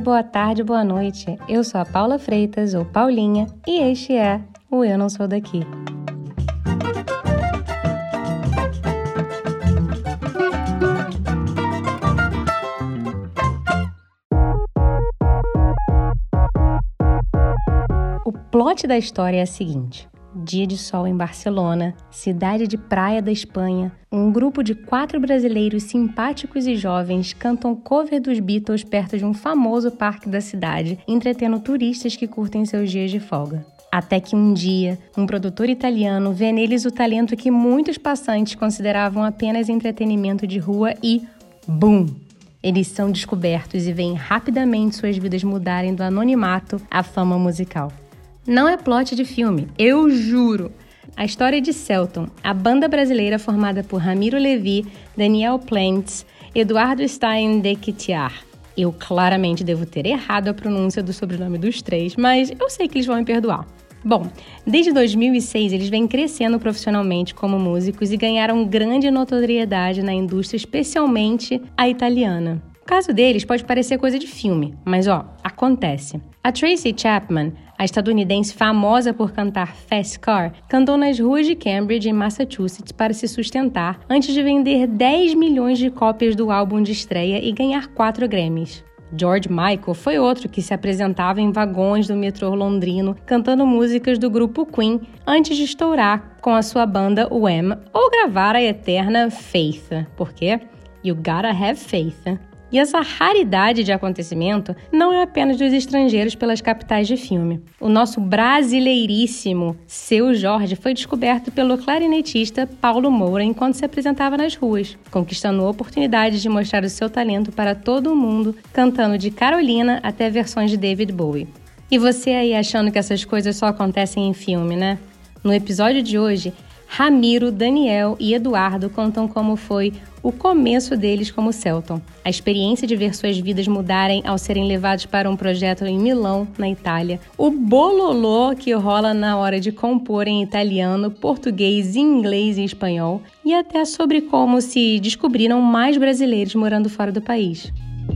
boa tarde, boa noite. Eu sou a Paula Freitas, ou Paulinha, e este é o Eu Não Sou Daqui. O plot da história é a seguinte: dia de sol em Barcelona, cidade de praia da Espanha, um grupo de 4 brasileiros simpáticos e jovens cantam cover dos Beatles perto de um famoso parque da cidade, entretendo turistas que curtem seus dias de folga. Até que um dia, um produtor italiano vê neles o talento que muitos passantes consideravam apenas entretenimento de rua e BUM! Eles são descobertos e veem rapidamente suas vidas mudarem do anonimato à fama musical. Não é plot de filme, eu juro! A história é de Selton, a banda brasileira formada por Ramiro Levi, Daniel Plantz, Eduardo Stein de Quitiar. Eu claramente devo ter errado a pronúncia do sobrenome dos 3, mas eu sei que eles vão me perdoar. Bom, desde 2006 eles vêm crescendo profissionalmente como músicos e ganharam grande notoriedade na indústria, especialmente a italiana. O caso deles pode parecer coisa de filme, mas acontece. A Tracy Chapman, a estadunidense famosa por cantar Fast Car, cantou nas ruas de Cambridge, em Massachusetts, para se sustentar antes de vender 10 milhões de cópias do álbum de estreia e ganhar 4 Grammys. George Michael foi outro que se apresentava em vagões do metrô londrino cantando músicas do grupo Queen antes de estourar com a sua banda Wham! Ou gravar a eterna Faith, porque you gotta have faith. E essa raridade de acontecimento não é apenas dos estrangeiros pelas capitais de filme. O nosso brasileiríssimo Seu Jorge foi descoberto pelo clarinetista Paulo Moura enquanto se apresentava nas ruas, conquistando oportunidades de mostrar o seu talento para todo o mundo, cantando de Carolina até versões de David Bowie. E você aí achando que essas coisas só acontecem em filme, né? No episódio de hoje, Ramiro, Daniel e Eduardo contam como foi o começo deles como Selton, a experiência de ver suas vidas mudarem ao serem levados para um projeto em Milão, na Itália, o bololô que rola na hora de compor em italiano, português, inglês e espanhol, e até sobre como se descobriram mais brasileiros morando fora do país.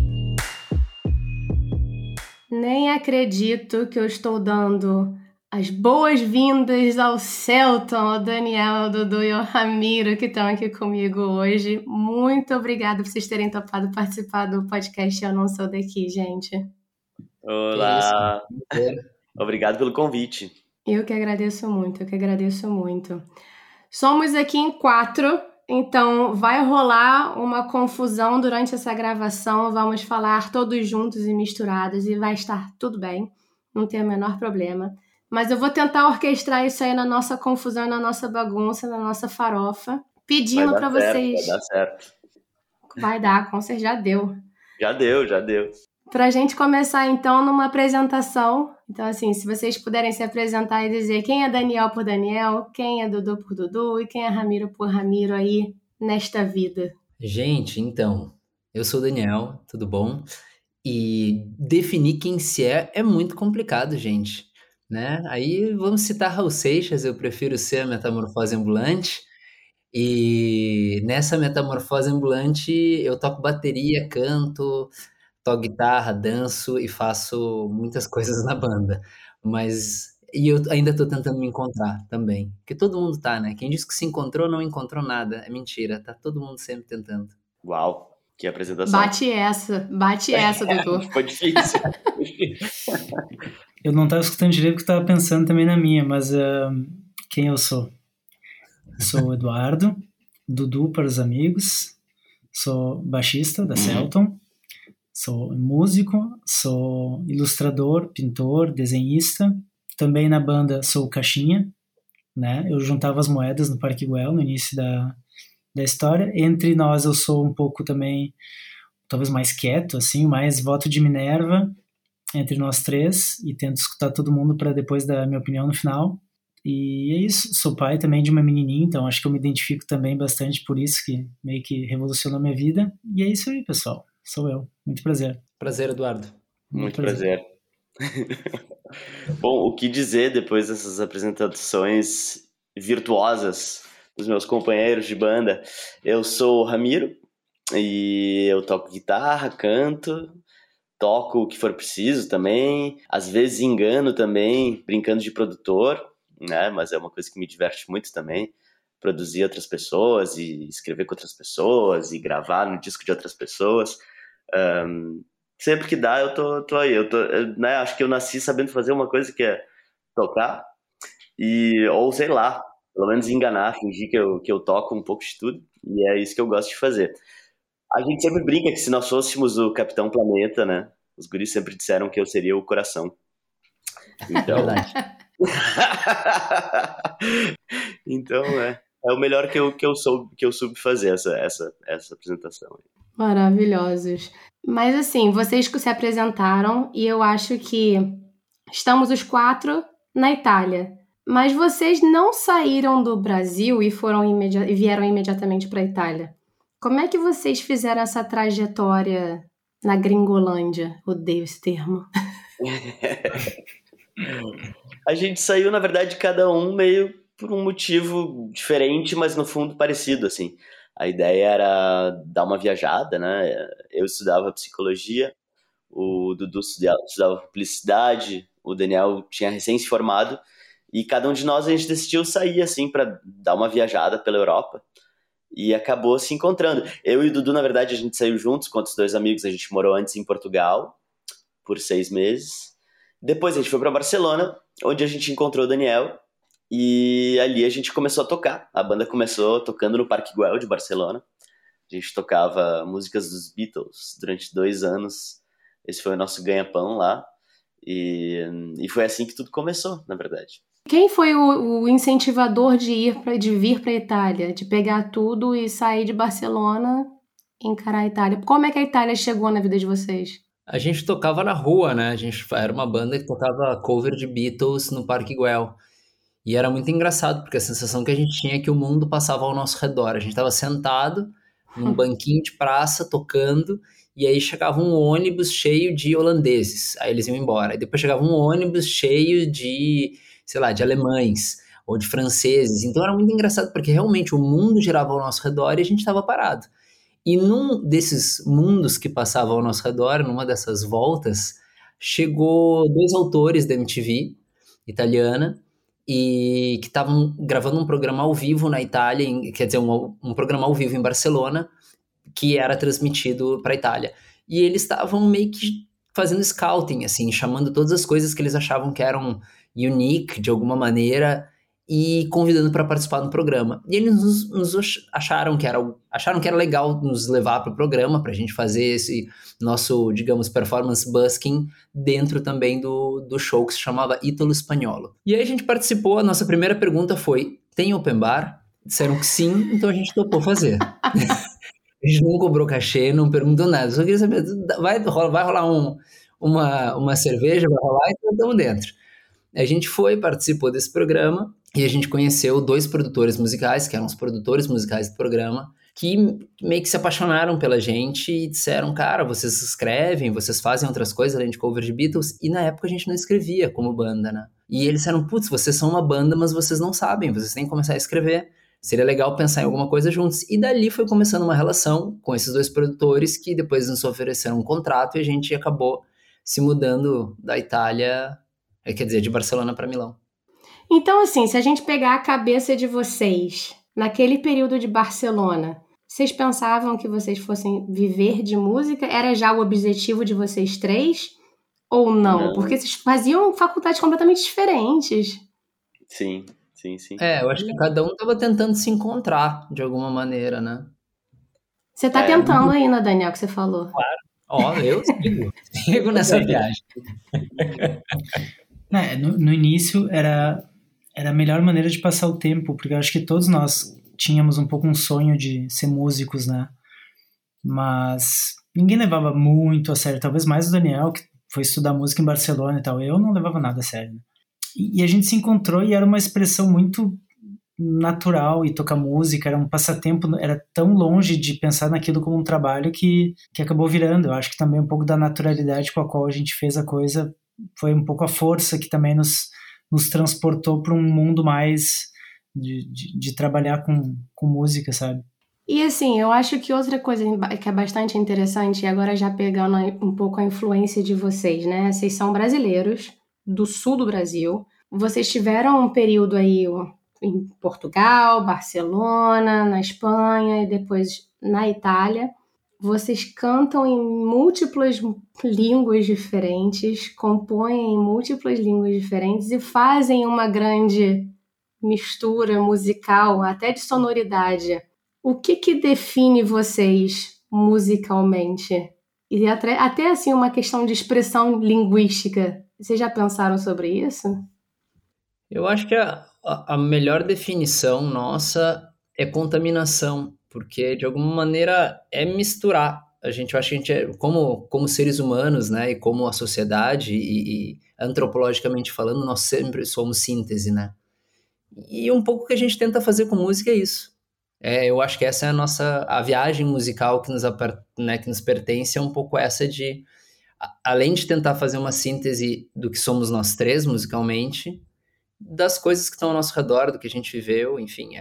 Nem acredito que eu estou dando as boas-vindas ao Selton, ao Daniel, ao Dudu e ao Ramiro que estão aqui comigo hoje. Muito obrigada por vocês terem topado participar do podcast Eu Não Sou Daqui, gente. Olá! Obrigado pelo convite. Eu que agradeço muito. Somos aqui em 4, então vai rolar uma confusão durante essa gravação. Vamos falar todos juntos e misturados e vai estar tudo bem, não tem o menor problema. Mas eu vou tentar orquestrar isso aí na nossa confusão, na nossa bagunça, na nossa farofa, pedindo para vocês... Vai dar certo. Vai dar, com certeza já deu. Já deu. Pra gente começar, então, numa apresentação. Então, assim, se vocês puderem se apresentar e dizer quem é Daniel por Daniel, quem é Dudu por Dudu e quem é Ramiro por Ramiro aí nesta vida. Gente, então, eu sou o Daniel, tudo bom? E definir quem se é muito complicado, gente. Né? Aí vamos citar Raul Seixas, eu prefiro ser a metamorfose ambulante, e nessa metamorfose ambulante eu toco bateria, canto, toco guitarra, danço e faço muitas coisas na banda, e eu ainda tô tentando me encontrar também, porque todo mundo tá, né? Quem diz que se encontrou não encontrou nada, é mentira, tá todo mundo sempre tentando. Uau, que apresentação. Bate essa, Dudu. Foi difícil. Eu não estava escutando direito porque estava pensando também na minha, mas quem eu sou? Sou o Eduardo, Dudu para os amigos, sou baixista da Selton, sou músico, sou ilustrador, pintor, desenhista, também na banda sou o Caixinha, né? Eu juntava as moedas no Parque Güell no início da história. Entre nós eu sou um pouco também, talvez mais quieto, assim, mais voto de Minerva, entre nós 3, e tento escutar todo mundo para depois dar a minha opinião no final. E é isso, sou pai também de uma menininha, então acho que eu me identifico também bastante por isso, que meio que revolucionou minha vida. E é isso aí, pessoal, sou eu. Muito prazer. Prazer, Eduardo. Muito prazer. Bom, o que dizer depois dessas apresentações virtuosas dos meus companheiros de banda? Eu sou o Ramiro e eu toco guitarra, canto, toco o que for preciso também, às vezes engano também, brincando de produtor, né? Mas é uma coisa que me diverte muito também, produzir outras pessoas e escrever com outras pessoas e gravar no disco de outras pessoas. Sempre que dá, eu tô aí. Né? Acho que eu nasci sabendo fazer uma coisa que é tocar, ou sei lá, pelo menos enganar, fingir que eu toco um pouco de tudo, e é isso que eu gosto de fazer. A gente sempre brinca que se nós fôssemos o Capitão Planeta, né? Os guris sempre disseram que eu seria o coração. Então, Verdade. então é o melhor que eu soube fazer essa apresentação. Maravilhosos. Mas assim, vocês que se apresentaram e eu acho que estamos os 4 na Itália. Mas vocês não saíram do Brasil e vieram imediatamente para a Itália. Como é que vocês fizeram essa trajetória na Gringolândia? Odeio esse termo. A gente saiu, na verdade, cada um meio por um motivo diferente, mas no fundo parecido, assim. A ideia era dar uma viajada, né? Eu estudava psicologia, o Dudu estudava publicidade, o Daniel tinha recém se formado, e cada um de nós a gente decidiu sair, assim, para dar uma viajada pela Europa. E acabou se encontrando. Eu e o Dudu, na verdade, a gente saiu juntos com outros 2 amigos. A gente morou antes em Portugal por 6 meses. Depois a gente foi para Barcelona, onde a gente encontrou o Daniel. E ali a gente começou a tocar. A banda começou tocando no Parque Güell de Barcelona. A gente tocava músicas dos Beatles durante 2 anos. Esse foi o nosso ganha-pão lá. E foi assim que tudo começou, na verdade. Quem foi o incentivador de vir para a Itália? De pegar tudo e sair de Barcelona e encarar a Itália? Como é que a Itália chegou na vida de vocês? A gente tocava na rua, né? A gente era uma banda que tocava cover de Beatles no Parque Güell. E era muito engraçado, porque a sensação que a gente tinha é que o mundo passava ao nosso redor. A gente estava sentado num banquinho de praça, tocando, e aí chegava um ônibus cheio de holandeses. Aí eles iam embora. E depois chegava um ônibus cheio de, sei lá, de alemães ou de franceses. Então era muito engraçado, porque realmente o mundo girava ao nosso redor e a gente estava parado. E num desses mundos que passavam ao nosso redor, numa dessas voltas, chegou 2 autores da MTV italiana, e que estavam gravando um programa ao vivo na Itália, quer dizer, um programa ao vivo em Barcelona, que era transmitido para a Itália. E eles estavam meio que fazendo scouting, assim, chamando todas as coisas que eles achavam que eram unique, de alguma maneira, e convidando para participar do programa. E eles nos acharam que era legal nos levar para o programa, para a gente fazer esse nosso, digamos, performance busking dentro também do show que se chamava Ítalo Spagnolo. E aí a gente participou, a nossa primeira pergunta foi, tem open bar? Disseram que sim, então a gente topou fazer. A gente não cobrou cachê, não perguntou nada, só queria saber, vai rolar uma cerveja, vai rolar, então estamos dentro. A gente participou desse programa e a gente conheceu 2 produtores musicais, que eram os produtores musicais do programa, que meio que se apaixonaram pela gente e disseram, cara, vocês escrevem, vocês fazem outras coisas além de cover de Beatles, e na época a gente não escrevia como banda, né? E eles disseram, putz, vocês são uma banda, mas vocês não sabem, vocês têm que começar a escrever, seria legal pensar em alguma coisa juntos. E dali foi começando uma relação com esses 2 produtores que depois nos ofereceram um contrato e a gente acabou se mudando da Itália, quer dizer, de Barcelona para Milão. Então, assim, se a gente pegar a cabeça de vocês, naquele período de Barcelona, vocês pensavam que vocês fossem viver de música? Era já o objetivo de vocês 3? Ou não? Porque vocês faziam faculdades completamente diferentes. Sim. Eu acho que cada um estava tentando se encontrar de alguma maneira, né? Você tá tentando ainda, Daniel, que você falou. Claro. Eu sigo nessa viagem. No início era a melhor maneira de passar o tempo, porque eu acho que todos nós tínhamos um pouco um sonho de ser músicos, né? Mas ninguém levava muito a sério, talvez mais o Daniel, que foi estudar música em Barcelona e tal. Eu não levava nada a sério, né? E a gente se encontrou e era uma expressão muito natural, e tocar música era um passatempo, era tão longe de pensar naquilo como um trabalho que acabou virando. Eu acho que também um pouco da naturalidade com a qual a gente fez a coisa foi um pouco a força que também nos transportou para um mundo mais de trabalhar com música, sabe? E assim, eu acho que outra coisa que é bastante interessante, e agora já pegando um pouco a influência de vocês, né? Vocês são brasileiros, do sul do Brasil. Vocês tiveram um período aí em Portugal, Barcelona, na Espanha e depois na Itália. Vocês cantam em múltiplas línguas diferentes, compõem em múltiplas línguas diferentes e fazem uma grande mistura musical, até de sonoridade. O que define vocês musicalmente? E até assim uma questão de expressão linguística. Vocês já pensaram sobre isso? Eu acho que a melhor definição nossa é contaminação, porque de alguma maneira é misturar. Eu acho que a gente é, como seres humanos, né, e como a sociedade, e antropologicamente falando, nós sempre somos síntese, né? E um pouco o que a gente tenta fazer com música é isso. Eu acho que essa é a viagem musical né, que nos pertence, é um pouco essa de, além de tentar fazer uma síntese do que somos nós três musicalmente, das coisas que estão ao nosso redor, do que a gente viveu, enfim,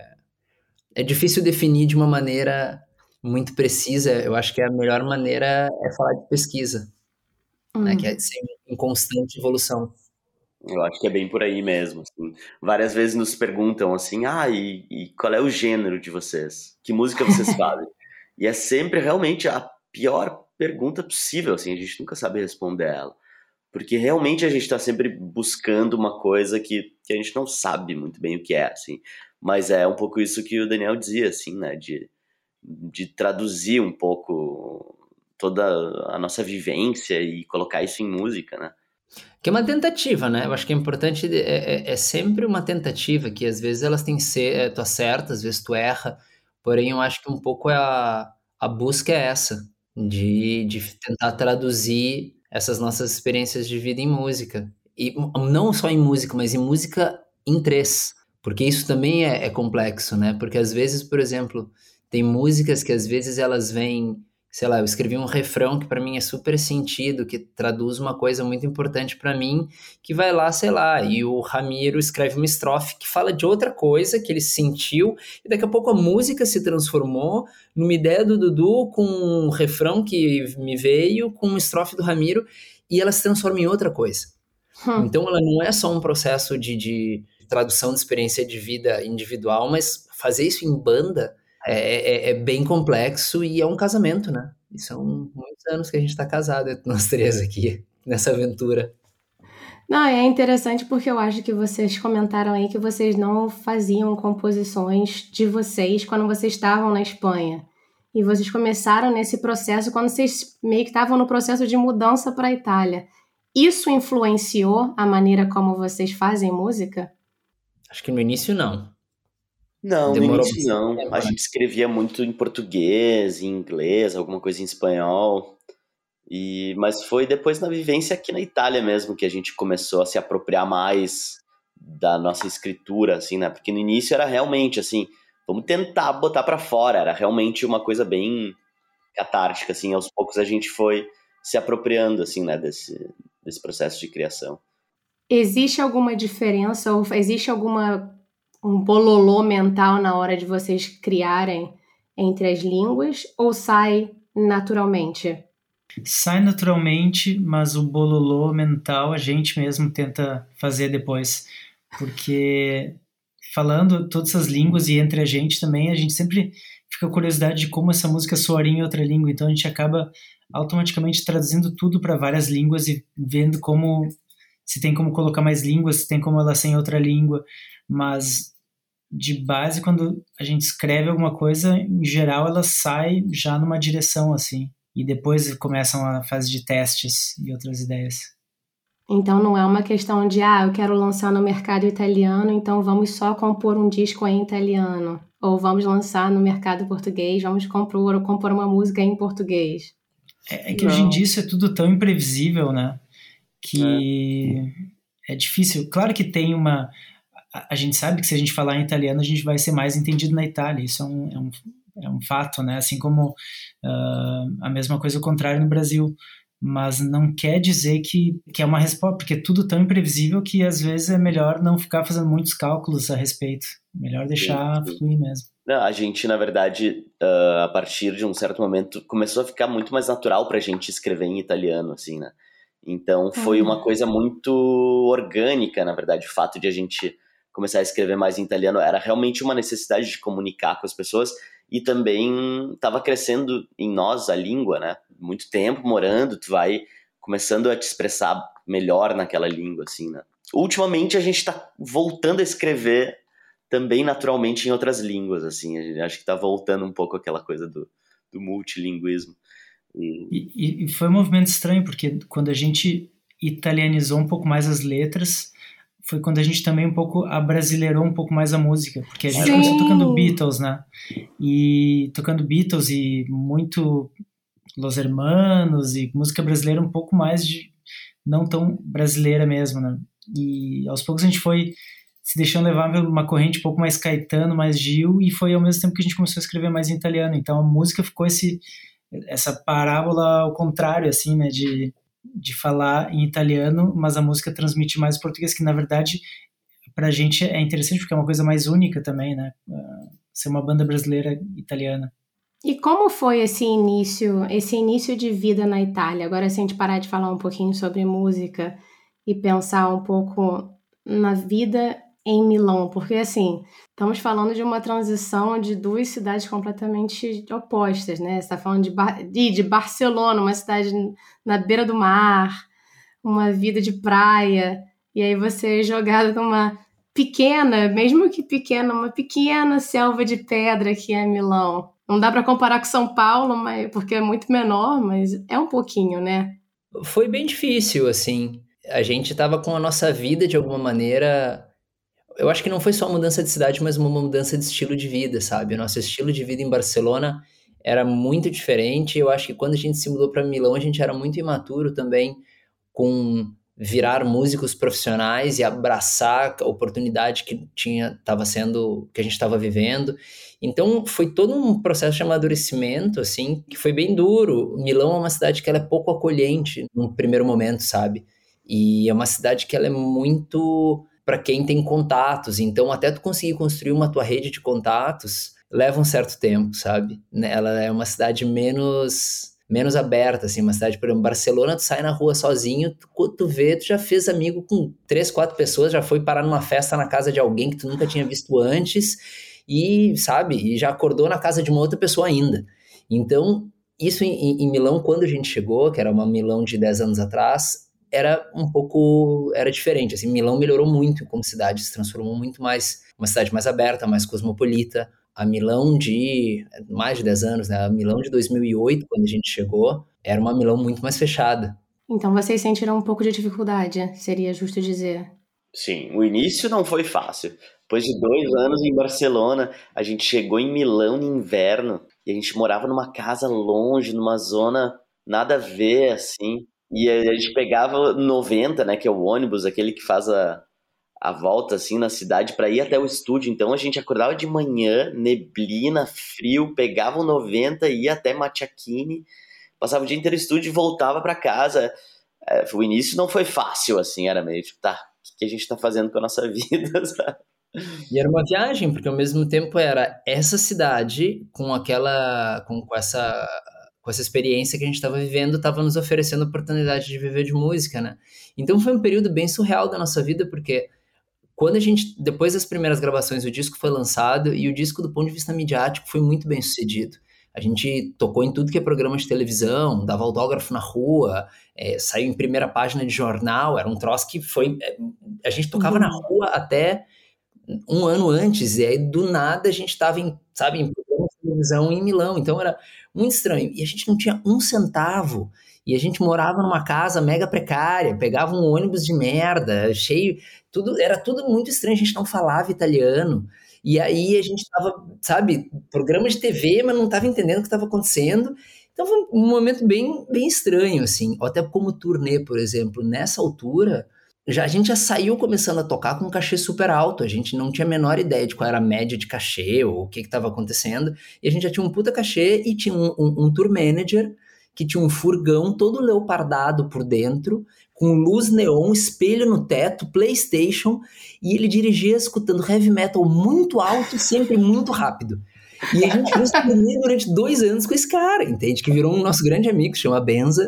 é difícil definir de uma maneira muito precisa. Eu acho que a melhor maneira é falar de pesquisa, né, que é sempre em constante evolução. Eu acho que é bem por aí mesmo, assim. Várias vezes nos perguntam assim, e qual é o gênero de vocês? Que música vocês fazem? E é sempre realmente a pior pergunta possível, assim, a gente nunca sabe responder ela. Porque realmente a gente está sempre buscando uma coisa que a gente não sabe muito bem o que é, assim. Mas é um pouco isso que o Daniel dizia, assim, né? De traduzir um pouco toda a nossa vivência e colocar isso em música, né? Que é uma tentativa, né? Eu acho que é importante, é sempre uma tentativa, que às vezes elas têm que ser, tu acerta, às vezes tu erra, porém eu acho que um pouco a busca é essa, de tentar traduzir essas nossas experiências de vida em música. E não só em música, mas em música em três, porque isso também é complexo, né? Porque às vezes, por exemplo, tem músicas que às vezes elas vêm, sei lá, eu escrevi um refrão que para mim é super sentido, que traduz uma coisa muito importante para mim, que vai lá, sei lá, e o Ramiro escreve uma estrofe que fala de outra coisa que ele sentiu, e daqui a pouco a música se transformou numa ideia do Dudu com um refrão que me veio, com uma estrofe do Ramiro, e ela se transforma em outra coisa. Então ela não é só um processo de tradução de experiência de vida individual, mas fazer isso em banda é bem complexo e é um casamento, né? E são muitos anos que a gente está casado, nós três aqui, nessa aventura. Não, é interessante porque eu acho que vocês comentaram aí que vocês não faziam composições de vocês quando vocês estavam na Espanha. E vocês começaram nesse processo quando vocês meio que estavam no processo de mudança para a Itália. Isso influenciou a maneira como vocês fazem música? Acho que no início não. Não, Demorou no início bastante não. tempo, A né? gente escrevia muito em português, em inglês, alguma coisa em espanhol. Mas foi depois na vivência aqui na Itália mesmo que a gente começou a se apropriar mais da nossa escritura, assim, né? Porque no início era realmente assim, vamos tentar botar pra fora. Era realmente uma coisa bem catártica, assim. Aos poucos a gente foi se apropriando, assim, né? Desse processo de criação. Existe alguma diferença ou existe um bololô mental na hora de vocês criarem entre as línguas ou sai naturalmente? Sai naturalmente, mas o bololô mental a gente mesmo tenta fazer depois, porque falando todas essas línguas e entre a gente também, a gente sempre fica com curiosidade de como essa música soaria em outra língua, então a gente acaba automaticamente traduzindo tudo para várias línguas e vendo como, se tem como colocar mais línguas, se tem como ela ser em outra língua, mas de base, quando a gente escreve alguma coisa, em geral ela sai já numa direção assim. E depois começam a fase de testes e outras ideias. Então não é uma questão de, eu quero lançar no mercado italiano, então vamos só compor um disco em italiano. Ou vamos lançar no mercado português, vamos compor uma música em português. É que hoje em dia isso é tudo tão imprevisível, né? Que é difícil. Claro que tem uma... A gente sabe que se a gente falar em italiano, a gente vai ser mais entendido na Itália. Isso é um fato, né? Assim como a mesma coisa o contrário no Brasil. mas não quer dizer que é uma resposta, porque é tudo tão imprevisível que às vezes é melhor não ficar fazendo muitos cálculos a respeito, melhor deixar fluir mesmo. Não, a gente, na verdade, a partir de um certo momento, começou a ficar muito mais natural pra gente escrever em italiano, assim, né? Então foi uma coisa muito orgânica, na verdade, o fato de a gente começar a escrever mais em italiano era realmente uma necessidade de comunicar com as pessoas e também estava crescendo em nós a língua, né? Muito tempo morando, tu vai começando a te expressar melhor naquela língua, assim, né? Ultimamente a gente tá voltando a escrever também naturalmente em outras línguas, assim, acho que tá voltando um pouco aquela coisa do multilinguismo. E foi um movimento estranho, porque quando a gente italianizou um pouco mais as letras, foi quando a gente também um pouco abrasileirou um pouco mais a música, porque a gente começou tocando Beatles, né? E tocando Beatles e muito Los Hermanos e música brasileira um pouco mais de não tão brasileira mesmo, né? E aos poucos a gente foi se deixando levar por uma corrente um pouco mais Caetano, mais Gil, e foi ao mesmo tempo que a gente começou a escrever mais em italiano. Então a música ficou essa parábola ao contrário, assim, né, de falar em italiano, mas a música transmite mais o português, que na verdade pra gente é interessante porque é uma coisa mais única também, né, ser uma banda brasileira italiana. E como foi esse início de vida na Itália? Agora, se a gente parar de falar um pouquinho sobre música e pensar um pouco na vida em Milão, porque assim, estamos falando de uma transição de duas cidades completamente opostas, né? Você está falando de Barcelona, uma cidade na beira do mar, uma vida de praia, e aí você é jogado numa pequena, mesmo que pequena, uma pequena selva de pedra que é Milão. Não dá para comparar com São Paulo, porque é muito menor, mas é um pouquinho, né? Foi bem difícil, assim. A gente estava com a nossa vida, de alguma maneira... Eu acho que não foi só uma mudança de cidade, mas uma mudança de estilo de vida, sabe? O nosso estilo de vida em Barcelona era muito diferente. Eu acho que quando a gente se mudou para Milão, a gente era muito imaturo também com virar músicos profissionais e abraçar a oportunidade que que a gente estava vivendo. Então, foi todo um processo de amadurecimento, assim, que foi bem duro. Milão é uma cidade que ela é pouco acolhente no primeiro momento, sabe? E é uma cidade que ela é muito para quem tem contatos. Então, até tu conseguir construir uma tua rede de contatos, leva um certo tempo, sabe? Ela é uma cidade menos aberta, assim, uma cidade, por exemplo, Barcelona, tu sai na rua sozinho, quando tu vê, tu já fez amigo com 3, 4 pessoas, já foi parar numa festa na casa de alguém que tu nunca tinha visto antes, e, sabe, e já acordou na casa de uma outra pessoa ainda. Então, isso em Milão, quando a gente chegou, que era uma Milão de 10 anos atrás, era diferente, assim, Milão melhorou muito como cidade, se transformou muito mais, uma cidade mais aberta, mais cosmopolita. A Milão de mais de 10 anos, né? A Milão de 2008, quando a gente chegou, era uma Milão muito mais fechada. Então vocês sentiram um pouco de dificuldade, seria justo dizer. Sim, o início não foi fácil. Depois de 2 anos em Barcelona, a gente chegou em Milão no inverno e a gente morava numa casa longe, numa zona nada a ver, assim. E a gente pegava 90, né, que é o ônibus, aquele que faz a volta, assim, na cidade para ir até o estúdio. Então a gente acordava de manhã, neblina, frio, pegava o 90, ia até Machiachini, passava o dia inteiro no estúdio e voltava para casa. O início não foi fácil, assim, era meio tipo, tá, o que a gente tá fazendo com a nossa vida, sabe? E era uma viagem, porque ao mesmo tempo era essa cidade com essa experiência que a gente estava vivendo, estava nos oferecendo a oportunidade de viver de música, né? Então foi um período bem surreal da nossa vida, porque quando depois das primeiras gravações, o disco foi lançado e o disco, do ponto de vista midiático, foi muito bem sucedido. A gente tocou em tudo que é programa de televisão, dava autógrafo na rua, saiu em primeira página de jornal, era um troço que foi... a gente tocava na rua até um ano antes, e aí do nada a gente estava em programa de televisão em Milão, então era muito estranho. E a gente não tinha um centavo, e a gente morava numa casa mega precária, pegava um ônibus de merda, cheio, era tudo muito estranho, a gente não falava italiano, e aí a gente estava, sabe, programa de TV, mas não estava entendendo o que estava acontecendo. Então foi um momento bem, bem estranho, assim, até como turnê, por exemplo, nessa altura, a gente já saiu começando a tocar com um cachê super alto, a gente não tinha a menor ideia de qual era a média de cachê ou o que estava acontecendo, e a gente já tinha um puta cachê e tinha um tour manager que tinha um furgão todo leopardado por dentro, com luz neon, espelho no teto, PlayStation, e ele dirigia escutando heavy metal muito alto, sempre muito rápido. E a gente fez turnê durante 2 anos com esse cara, entende? Que virou um nosso grande amigo, se chama Benza.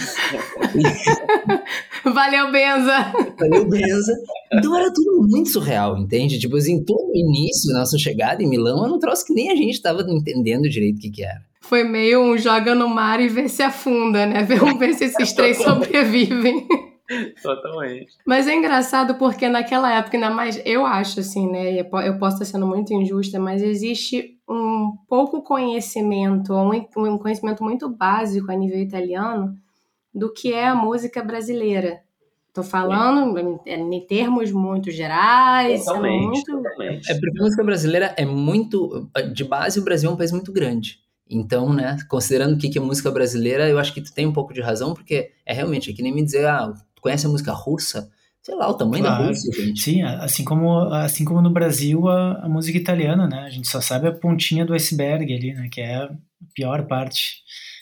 Valeu, Benza! Valeu, Benza. Então era tudo muito surreal, entende? Tipo assim, todo o início, nossa chegada em Milão, era um troço que nem a gente estava entendendo direito o que era. Foi meio um joga no mar e vê se afunda, né? Vamos ver se esses 3 sobrevivem. Totalmente. Mas é engraçado porque naquela época, ainda mais, eu acho assim, né? Eu posso estar sendo muito injusta, mas existe um pouco conhecimento, um conhecimento muito básico a nível italiano do que é a música brasileira. Tô falando em termos muito gerais. Totalmente. É porque a música brasileira é muito... De base, o Brasil é um país muito grande. Então, né, considerando o que é música brasileira, eu acho que tu tem um pouco de razão, porque é realmente, é que nem me dizer, tu conhece a música russa? Sei lá, o tamanho da Rússia, gente. Sim, assim como no Brasil, a música italiana, né? A gente só sabe a pontinha do iceberg ali, né? Que é a pior parte.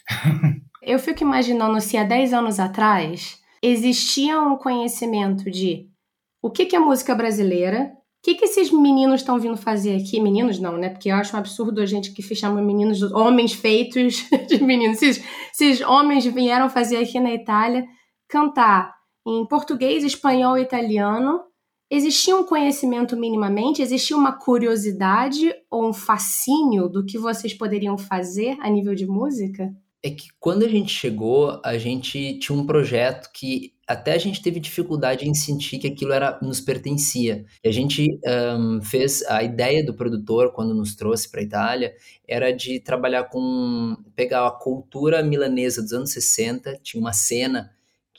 Eu fico imaginando se há 10 anos atrás existia um conhecimento de o que é música brasileira, o que esses meninos estão vindo fazer aqui? Meninos não, né? Porque eu acho um absurdo a gente que chama meninos, homens feitos de meninos. Se esses homens vieram fazer aqui na Itália, cantar em português, espanhol e italiano, existia um conhecimento minimamente? Existia uma curiosidade ou um fascínio do que vocês poderiam fazer a nível de música? É que quando a gente chegou, a gente tinha um projeto que até a gente teve dificuldade em sentir que aquilo nos pertencia. E a gente fez a ideia do produtor, quando nos trouxe para a Itália, era de trabalhar pegar a cultura milanesa dos anos 60, tinha uma cena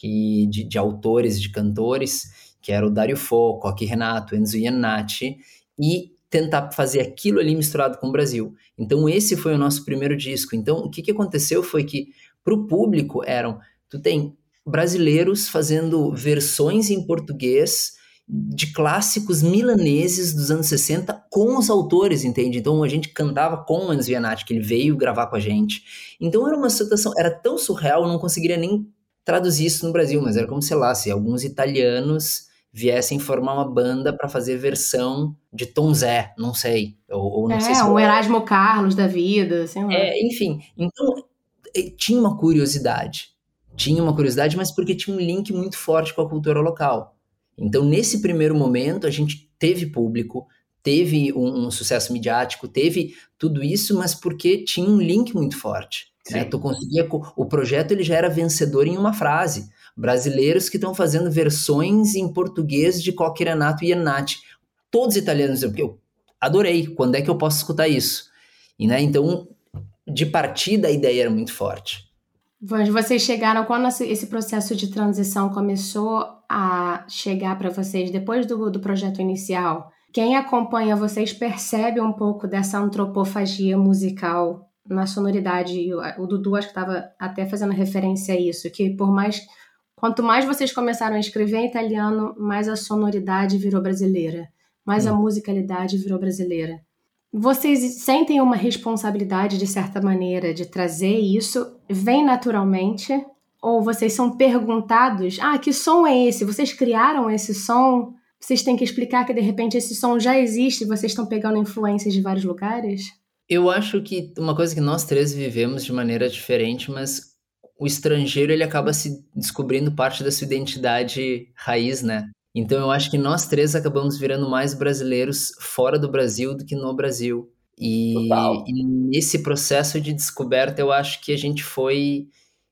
de autores, de cantores, que era o Dario Fo, Cocchi Renato, Enzo Iannacci, e tentar fazer aquilo ali misturado com o Brasil. Então esse foi o nosso primeiro disco. Então o que aconteceu foi que para o público tu tem brasileiros fazendo versões em português de clássicos milaneses dos anos 60 com os autores, entende? Então a gente cantava com o Enzo Iannacci, que ele veio gravar com a gente. Então era uma situação, era tão surreal, eu não conseguiria nem traduzir isso no Brasil, mas era como, sei lá, se alguns italianos viessem formar uma banda para fazer versão de Tom Zé, não sei. Ou não sei se um Erasmo Carlos da vida, sei lá. Enfim. Então, tinha uma curiosidade. Mas porque tinha um link muito forte com a cultura local. Então, nesse primeiro momento, a gente teve público, teve um sucesso midiático, teve tudo isso, mas porque tinha um link muito forte. Né? Tu conseguia... O projeto ele já era vencedor em uma frase. Brasileiros que estão fazendo versões em português de Cocchi Renato e Iannacci. Todos italianos, eu adorei. Quando é que eu posso escutar isso? E, né, então, de partida, a ideia era muito forte. Vocês chegaram, quando esse processo de transição começou a chegar para vocês, depois do projeto inicial, quem acompanha vocês percebe um pouco dessa antropofagia musical na sonoridade? O Dudu acho que estava até fazendo referência a isso, que quanto mais vocês começaram a escrever em italiano, mais a sonoridade virou brasileira, mais a musicalidade virou brasileira. Vocês sentem uma responsabilidade, de certa maneira, de trazer isso? Vem naturalmente? Ou vocês são perguntados, que som é esse? Vocês criaram esse som? Vocês têm que explicar que, de repente, esse som já existe e vocês estão pegando influências de vários lugares? Eu acho que uma coisa que nós três vivemos de maneira diferente, mas o estrangeiro ele acaba se descobrindo parte da sua identidade raiz, né? Então eu acho que nós três acabamos virando mais brasileiros fora do Brasil do que no Brasil. E nesse processo de descoberta eu acho que a gente foi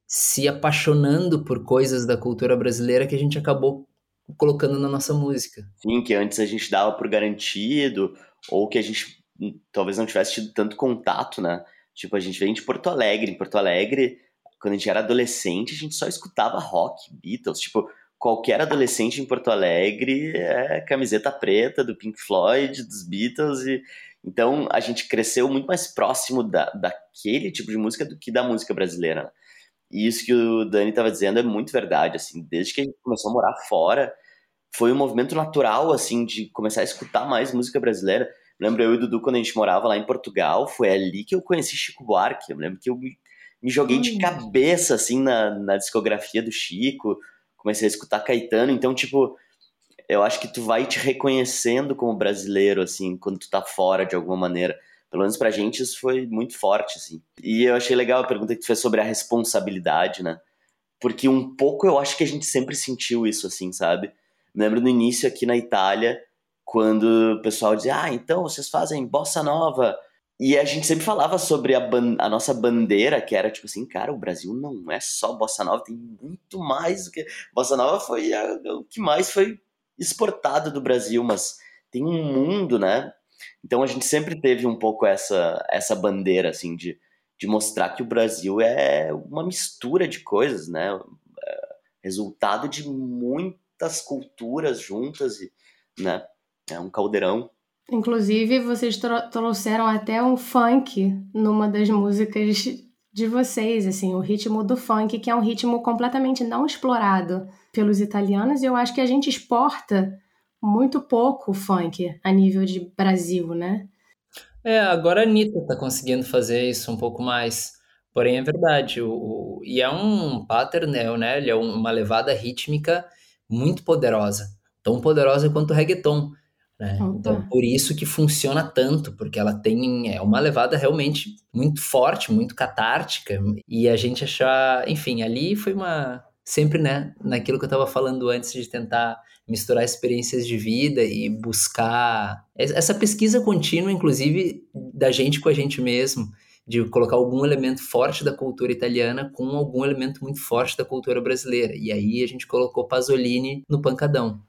se apaixonando por coisas da cultura brasileira que a gente acabou colocando na nossa música. Sim, que antes a gente dava por garantido, ou que a gente talvez não tivesse tido tanto contato, né? Tipo, a gente vem de Porto Alegre. Em Porto Alegre, quando a gente era adolescente, a gente só escutava rock, Beatles, tipo... Qualquer adolescente em Porto Alegre é camiseta preta do Pink Floyd, dos Beatles. Então, a gente cresceu muito mais próximo daquele tipo de música do que da música brasileira. Né? E isso que o Dani estava dizendo é muito verdade. Assim, desde que a gente começou a morar fora, foi um movimento natural assim, de começar a escutar mais música brasileira. Eu lembro eu e o Dudu, quando a gente morava lá em Portugal, foi ali que eu conheci Chico Buarque. Eu lembro que eu me joguei de cabeça, assim, na discografia do Chico, comecei a escutar Caetano, então, tipo, eu acho que tu vai te reconhecendo como brasileiro, assim, quando tu tá fora de alguma maneira. Pelo menos pra gente isso foi muito forte, assim. E eu achei legal a pergunta que tu fez sobre a responsabilidade, né? Porque um pouco eu acho que a gente sempre sentiu isso, assim, sabe? Me lembro no início aqui na Itália, quando o pessoal dizia, então vocês fazem bossa nova. E a gente sempre falava sobre a nossa bandeira, que era tipo assim, cara, o Brasil não é só bossa nova, tem muito mais do que... Bossa nova foi o que mais foi exportado do Brasil, mas tem um mundo, né? Então a gente sempre teve um pouco essa bandeira, assim, de mostrar que o Brasil é uma mistura de coisas, né? Resultado de muitas culturas juntas, né? É um caldeirão. Inclusive, vocês trouxeram até um funk numa das músicas de vocês, assim, o ritmo do funk, que é um ritmo completamente não explorado pelos italianos, e eu acho que a gente exporta muito pouco o funk a nível de Brasil, né? Agora a Anitta tá conseguindo fazer isso um pouco mais. Porém, é verdade. E é um pattern, né? Ele é uma levada rítmica muito poderosa. Tão poderosa quanto o reggaeton, né? Então, por isso que funciona tanto, porque ela tem uma levada realmente muito forte, muito catártica. E a gente achar... Enfim, ali foi sempre, né? Naquilo que eu estava falando antes de tentar misturar experiências de vida e buscar essa pesquisa contínua, inclusive, da gente com a gente mesmo, de colocar algum elemento forte da cultura italiana com algum elemento muito forte da cultura brasileira. E aí a gente colocou Pasolini no pancadão.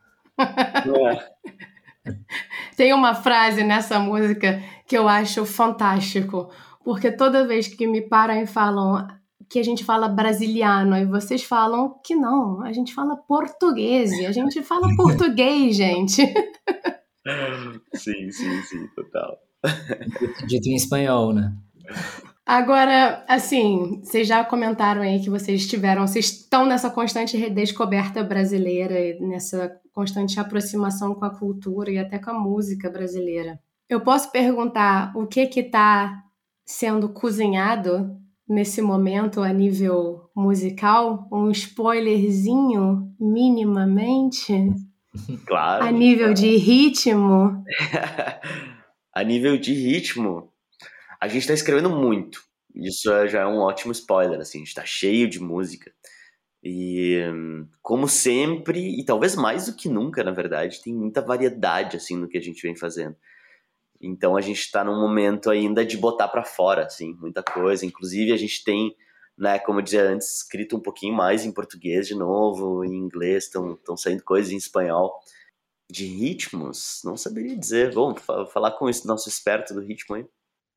Tem uma frase nessa música que eu acho fantástico, porque toda vez que me param e falam que a gente fala brasiliano, e vocês falam que não, a gente fala português, a gente fala português, gente. Sim, total. Dito em espanhol, né? Agora, assim, vocês já comentaram aí que vocês estão nessa constante redescoberta brasileira, nessa constante aproximação com a cultura e até com a música brasileira. Eu posso perguntar o que está sendo cozinhado nesse momento a nível musical? Um spoilerzinho, minimamente? Claro. A nível de ritmo? A nível de ritmo, a gente tá escrevendo muito. Isso já é um ótimo spoiler, assim. A gente tá cheio de música. E, como sempre, e talvez mais do que nunca, na verdade, tem muita variedade, assim, no que a gente vem fazendo. Então a gente tá num momento ainda de botar pra fora, assim, muita coisa. Inclusive a gente tem, né, como eu dizia antes, escrito um pouquinho mais em português de novo, em inglês, estão saindo coisas em espanhol. De ritmos, não saberia dizer. Vamos falar com esse nosso esperto do ritmo aí.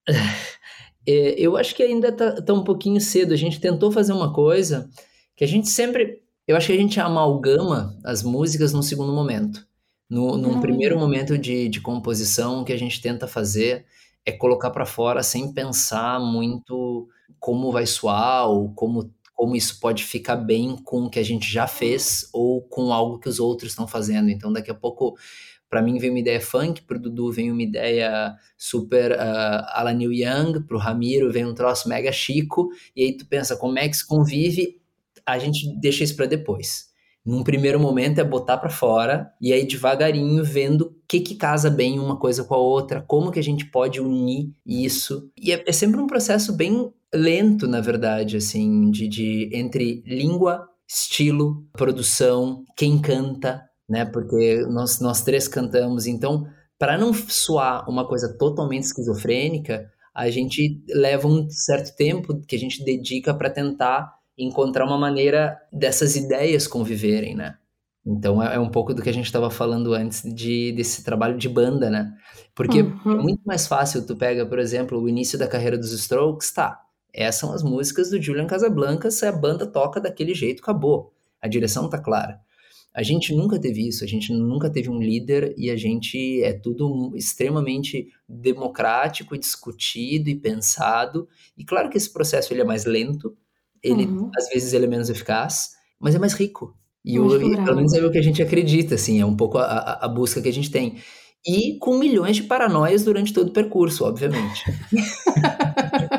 Eu acho que ainda tá um pouquinho cedo. A gente tentou fazer uma coisa que a gente sempre... Eu acho que a gente amalgama as músicas num segundo momento. Num primeiro momento de composição, o que a gente tenta fazer é colocar para fora sem pensar muito como vai soar ou como isso pode ficar bem com o que a gente já fez ou com algo que os outros estão fazendo. Então, daqui a pouco, para mim, vem uma ideia funk, pro Dudu vem uma ideia super à la Neil Young, pro Ramiro vem um troço mega chico, e aí tu pensa, como é que se convive? A gente deixa isso para depois. Num primeiro momento é botar para fora e aí devagarinho vendo o que casa bem uma coisa com a outra, como que a gente pode unir isso. E é sempre um processo bem lento, na verdade, assim, entre língua, estilo, produção, quem canta, né? Porque nós três cantamos, então, para não soar uma coisa totalmente esquizofrênica, a gente leva um certo tempo que a gente dedica para tentar encontrar uma maneira dessas ideias conviverem, né? Então é um pouco do que a gente estava falando antes desse trabalho de banda, né? Porque é muito mais fácil, tu pega, por exemplo, o início da carreira dos Strokes, tá, essas são as músicas do Julian Casablancas, a banda toca daquele jeito, acabou. A direção tá clara. A gente nunca teve isso, a gente nunca teve um líder e a gente é tudo extremamente democrático, discutido e pensado. E claro que esse processo ele é mais lento, ele, às vezes, ele é menos eficaz, mas é mais rico. E pelo menos é o que a gente acredita, assim, é um pouco a busca que a gente tem. E com milhões de paranoias durante todo o percurso, obviamente.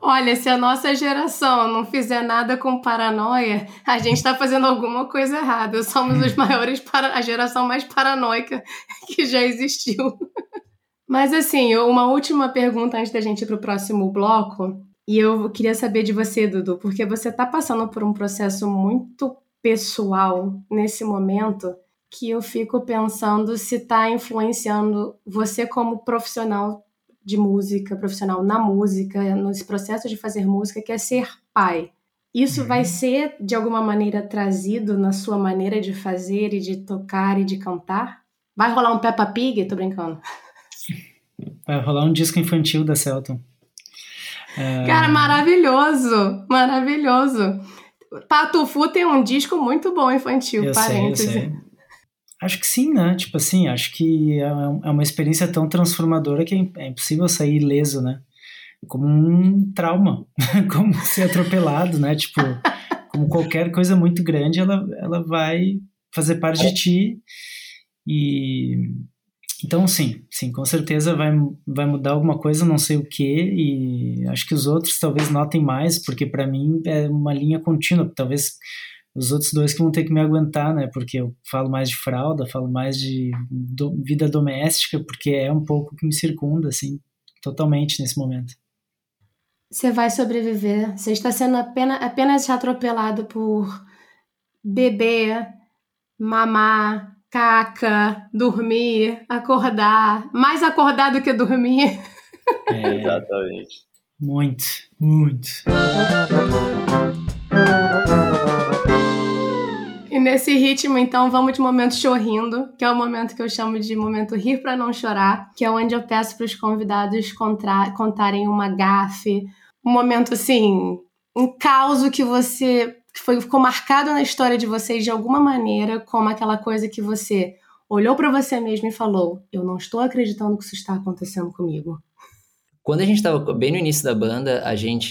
Olha, se a nossa geração não fizer nada com paranoia, a gente tá fazendo alguma coisa errada. Somos os maiores, a geração mais paranoica que já existiu. Mas assim, uma última pergunta antes da gente ir pro próximo bloco. E eu queria saber de você, Dudu, porque você tá passando por um processo muito pessoal nesse momento, que eu fico pensando se tá influenciando você como profissional de música, profissional na música, nesse processo de fazer música, que é ser pai. Isso vai ser, de alguma maneira, trazido na sua maneira de fazer e de tocar e de cantar? Vai rolar um Peppa Pig? Tô brincando. Vai rolar um disco infantil da Celton. Cara, maravilhoso! Maravilhoso! Patufu tem um disco muito bom infantil, Eu parênteses. sei. Acho que sim, né? Tipo assim, acho que é uma experiência tão transformadora que é impossível sair ileso, né? Como um trauma, como ser atropelado, né? Tipo, como qualquer coisa muito grande, ela vai fazer parte de ti. E então, sim, com certeza vai mudar alguma coisa, não sei o quê, e acho que os outros talvez notem mais, porque para mim é uma linha contínua, talvez os outros dois que vão ter que me aguentar, né, porque eu falo mais de fralda, falo mais de vida doméstica, porque é um pouco que me circunda, assim, totalmente nesse momento. Você vai sobreviver, você está sendo apenas atropelado por beber, mamar, caca, dormir, acordar, mais acordar do que dormir. Exatamente. Muito. E nesse ritmo, então, vamos de momento chorrindo, que é o momento que eu chamo de momento rir pra não chorar, que é onde eu peço pros convidados contarem uma gafe, um momento, assim, um caos que ficou marcado na história de vocês de alguma maneira, como aquela coisa que você olhou pra você mesmo e falou: eu não estou acreditando que isso está acontecendo comigo. Quando a gente estava bem no início da banda,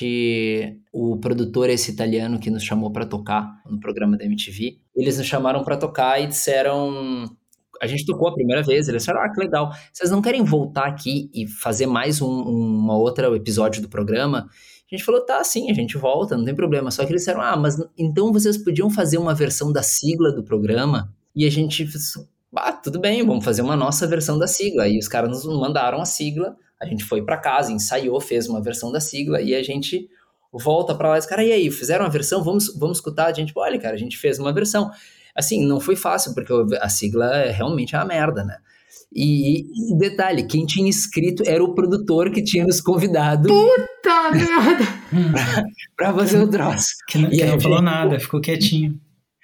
o produtor, esse italiano que nos chamou para tocar no programa da MTV, eles nos chamaram para tocar e disseram... A gente tocou a primeira vez, eles disseram, que legal, vocês não querem voltar aqui e fazer mais uma outra episódio do programa? A gente falou, tá, sim, a gente volta, não tem problema. Só que eles disseram, mas então vocês podiam fazer uma versão da sigla do programa? E a gente, tudo bem, vamos fazer uma nossa versão da sigla. Aí os caras nos mandaram a sigla, a gente foi pra casa, ensaiou, fez uma versão da sigla e a gente volta pra lá e diz, cara, e aí, fizeram uma versão? Vamos escutar? A gente, olha, cara, a gente fez uma versão. Assim, não foi fácil, porque a sigla realmente é uma merda, né? E detalhe, quem tinha escrito era o produtor que tinha nos convidado. Puta merda! pra fazer o troço. Que não falou nada, ficou quietinho.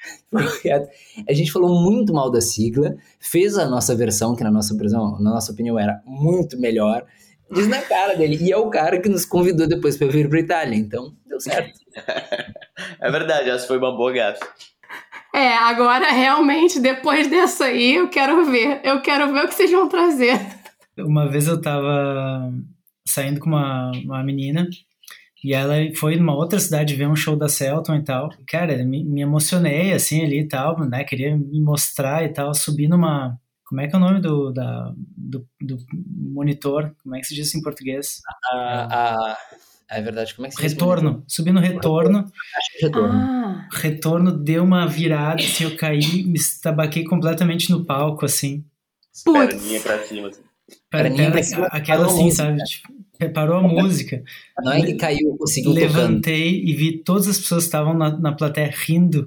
A gente falou muito mal da sigla, fez a nossa versão, que na nossa opinião era muito melhor, diz na cara dele, e é o cara que nos convidou depois para vir para Itália, então deu certo. É verdade, essa foi uma boa gafe. Agora realmente, depois dessa aí, eu quero ver o que vocês vão trazer. Uma vez eu tava saindo com uma menina, e ela foi numa outra cidade ver um show da Celton e tal. Cara, me emocionei, assim, ali e tal, né? Queria me mostrar e tal. Subi numa... Como é que é o nome do monitor? Como é que se diz em português? É verdade, como é que se diz? Retorno. Subi no retorno. Retorno. Retorno deu uma virada, assim, eu caí, me estabaquei completamente no palco, assim. Perninha pra cima, assim. Aquela assim, sabe? Tipo, parou a música. Não é que caiu, conseguiu Levantei tocando. E vi todas as pessoas que estavam na plateia rindo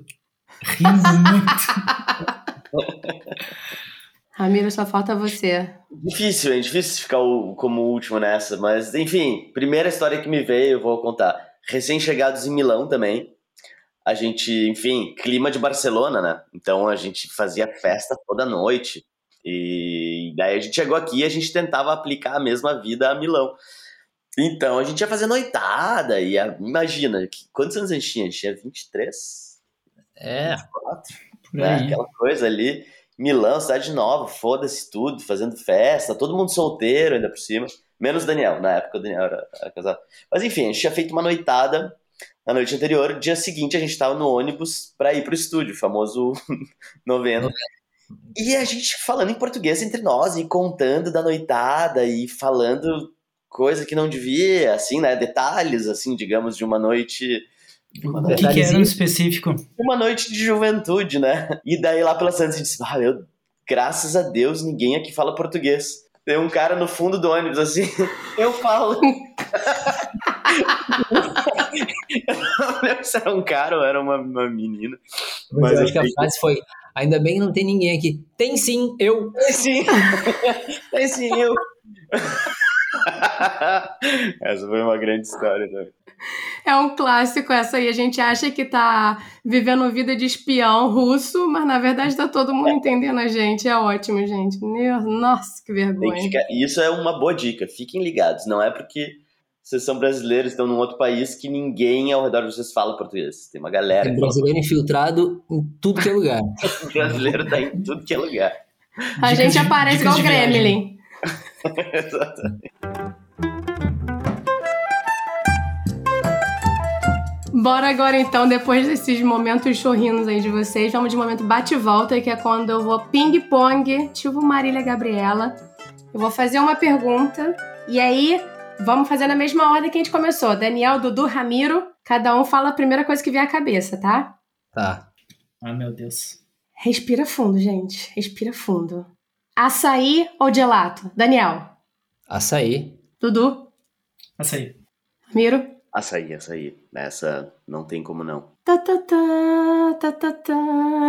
muito. Ramiro, só falta você. É difícil ficar como o último nessa, mas enfim, primeira história que me veio, eu vou contar. Recém-chegados em Milão também, a gente, enfim, clima de Barcelona, né? Então a gente fazia festa toda noite. E daí a gente chegou aqui e a gente tentava aplicar a mesma vida a Milão. Então a gente ia fazer noitada. E imagina, quantos anos a gente tinha? A gente tinha 23? 24? Né? Aquela coisa ali. Milão, cidade nova, foda-se tudo, fazendo festa, todo mundo solteiro ainda por cima. Menos o Daniel, na época o Daniel era casado. Mas enfim, a gente tinha feito uma noitada na noite anterior. Dia seguinte a gente tava no ônibus pra ir pro estúdio, o famoso novena. E a gente falando em português entre nós, e contando da noitada, e falando coisa que não devia, assim, né? Detalhes, assim, digamos, de uma noite... O que era no específico? Uma noite de juventude, né? E daí lá pela Santos, a gente disse, graças a Deus, ninguém aqui fala português. Tem um cara no fundo do ônibus, assim, eu falo. Eu não lembro se era um cara ou era uma menina. Mas eu acho que a frase foi, ainda bem que não tem ninguém aqui. Tem sim, eu. Tem sim. Tem sim, eu. Essa foi uma grande história também. É um clássico essa aí. A gente acha que tá vivendo vida de espião russo, mas na verdade tá todo mundo entendendo a gente. É ótimo, gente. Nossa, que vergonha. Isso é uma boa dica. Fiquem ligados. Não é porque vocês são brasileiros, estão num outro país, que ninguém ao redor de vocês fala português. Tem uma galera. Tem brasileiro infiltrado em tudo que é lugar. O brasileiro tá em tudo que é lugar. A gente aparece igual o Gremlin. Exatamente. Bora agora então, depois desses momentos chorrinos aí de vocês, vamos de momento bate-volta, que é quando eu vou ping-pong, tipo Marília Gabriela. Eu vou fazer uma pergunta, e aí vamos fazer na mesma ordem que a gente começou. Daniel, Dudu, Ramiro, cada um fala a primeira coisa que vier à cabeça, tá? Tá. Ah, meu Deus. Respira fundo, gente. Respira fundo. Açaí ou gelato? Daniel. Açaí. Dudu. Açaí. Ramiro. Açaí. Essa não tem como não. Tá, tá, tá, tá, tá, tá.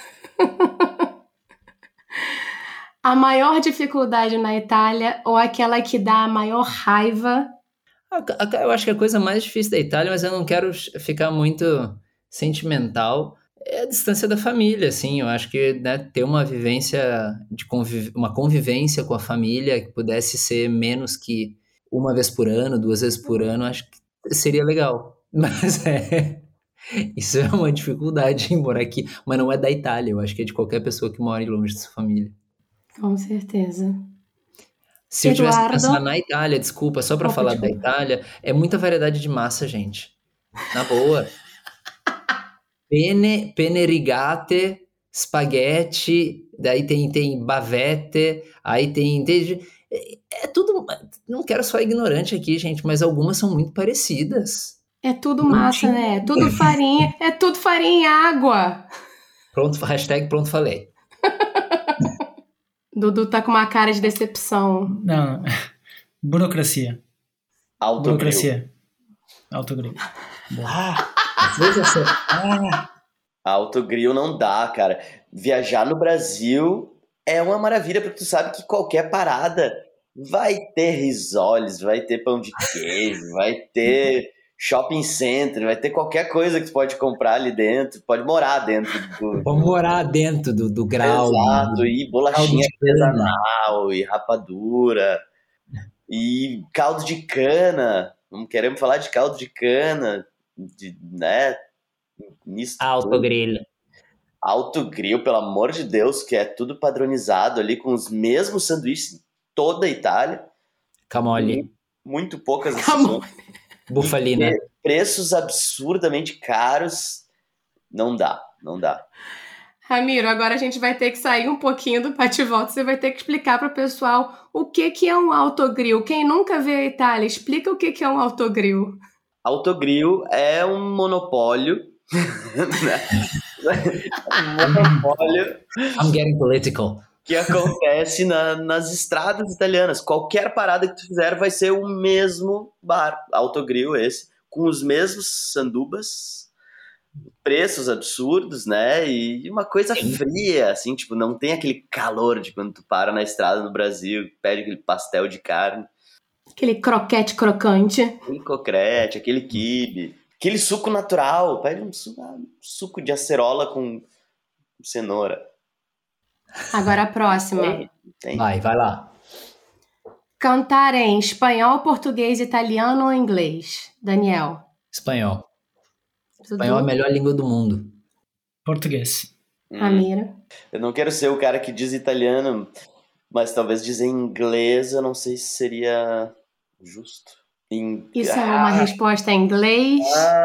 A maior dificuldade na Itália ou aquela que dá a maior raiva? Eu acho que a coisa mais difícil da Itália, mas eu não quero ficar muito sentimental, é a distância da família, assim. Eu acho que, né, ter uma vivência, uma convivência com a família que pudesse ser menos que uma vez por ano, 2 vezes por ano, acho que seria legal. Mas isso é uma dificuldade em morar aqui. Mas não é da Itália, eu acho que é de qualquer pessoa que mora longe de sua família. Com certeza. Se eu tivesse que pensar na Itália, desculpa, só pra falar da Itália, é muita variedade de massa, gente. Na boa. Penne rigate, spaghetti, daí tem bavette, aí tem é tudo, não quero soar ignorante aqui, gente, mas algumas são muito parecidas. É tudo massa, né? É tudo farinha e água. Pronto, hashtag pronto falei. Dudu tá com uma cara de decepção. Não. Burocracia. Autogrill. Autogrill. Autogrill não dá, cara. Viajar no Brasil é uma maravilha, porque tu sabe que qualquer parada vai ter risoles, vai ter pão de queijo, vai ter shopping center, vai ter qualquer coisa que tu pode comprar ali dentro, pode morar dentro do... Pode morar dentro do grau. Exato, e bolachinha artesanal, e rapadura, e caldo de cana. Não queremos falar de caldo de cana, né? Autogrill. Autogrill, pelo amor de Deus, que é tudo padronizado ali, com os mesmos sanduíches em toda a Itália. Camoli. Muito poucas exceções. Bufalina. Preços absurdamente caros. Não dá. Ramiro, agora a gente vai ter que sair um pouquinho do bate-volta. Você vai ter que explicar para o pessoal o que é um autogrill. Quem nunca veio à Itália, explica o que é um autogrill. Autogrill é um monopólio. Monopólio. I'm getting political. Que acontece nas estradas italianas. Qualquer parada que tu fizer vai ser o mesmo bar. Autogrill esse. Com os mesmos sandubas. Preços absurdos, né? E uma coisa fria, assim, tipo, não tem aquele calor de quando tu para na estrada no Brasil, pede aquele pastel de carne. Aquele croquete crocante. Aquele cocrete, aquele quibe. Aquele suco natural. Pede um suco de acerola com cenoura. Agora a próxima. Tem. Vai lá. Cantar em espanhol, português, italiano ou inglês? Daniel. Espanhol. Espanhol é a melhor língua do mundo. Português. Ramiro. Eu não quero ser o cara que diz italiano, mas talvez dizer inglês, eu não sei se seria justo. Isso é uma resposta em inglês?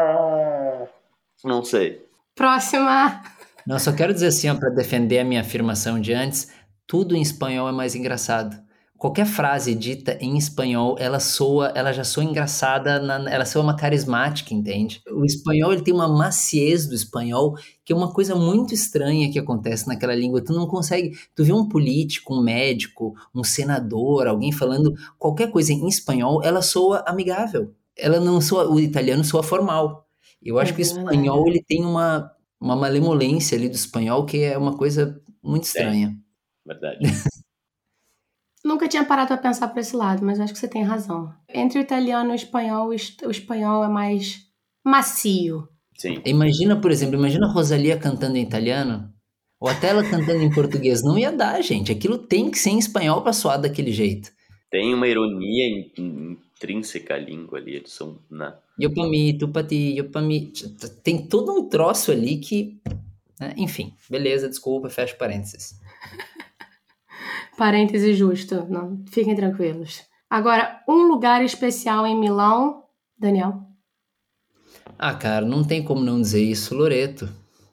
Não sei. Próxima. Não, só quero dizer assim, para defender a minha afirmação de antes, tudo em espanhol é mais engraçado. qualquer frase dita em espanhol, ela já soa engraçada, ela soa uma carismática, entende? O espanhol, ele tem uma maciez do espanhol, que é uma coisa muito estranha que acontece naquela língua. Tu não consegue, tu vê um político, um médico, um senador, alguém falando qualquer coisa em espanhol, ela soa amigável. Ela não soa, o italiano soa formal. Eu acho que o espanhol, ele tem uma malemolência ali do espanhol, que é uma coisa muito estranha. Verdade. Nunca tinha parado para pensar por esse lado, mas acho que você tem razão. Entre o italiano e o espanhol é mais macio. Sim. Imagina, por exemplo, imagina a Rosalía cantando em italiano, ou até ela cantando em português. Não ia dar, gente. Aquilo tem que ser em espanhol para soar daquele jeito. Tem uma ironia intrínseca à língua ali, eles são, né? Eu pra mim, tu pra ti, eu pra mim. Tem todo um troço ali que... né? Enfim, beleza, desculpa, fecha parênteses. Parêntese justo, não, fiquem tranquilos. Agora, um lugar especial em Milão, Daniel? Ah, cara, não tem como não dizer isso, Loreto.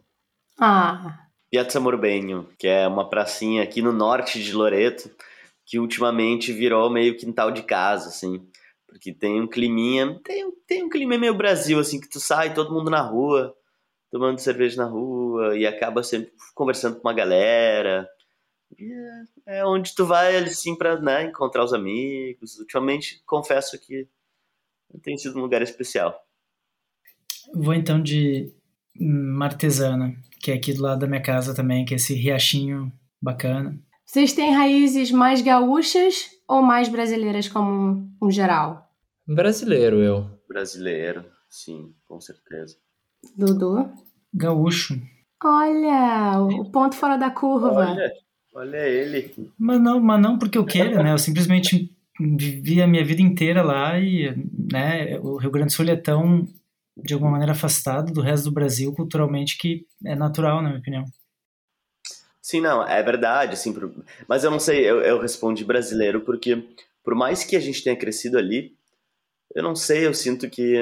Piazza Morbenho, que é uma pracinha aqui no norte de Loreto, que ultimamente virou meio quintal de casa, assim, porque tem um climinha, tem um clima meio Brasil, assim, que tu sai, todo mundo na rua, tomando cerveja na rua, e acaba sempre conversando com uma galera. É onde tu vai, assim, pra, né, encontrar os amigos. Ultimamente, confesso que tem sido um lugar especial. Vou então de Martesana, que é aqui do lado da minha casa também, que é esse riachinho bacana. Vocês têm raízes mais gaúchas ou mais brasileiras como um geral? Brasileiro, eu. Brasileiro, sim, com certeza. Dudu? Gaúcho. Olha, o ponto fora da curva. Olha ele. Mas não porque eu queira, né? Eu simplesmente vivi a minha vida inteira lá e, né, o Rio Grande do Sul é tão, de alguma maneira, afastado do resto do Brasil culturalmente que é natural, na minha opinião. Sim, não, é verdade, assim, mas eu não sei, eu respondi brasileiro porque, por mais que a gente tenha crescido ali, eu não sei, eu sinto que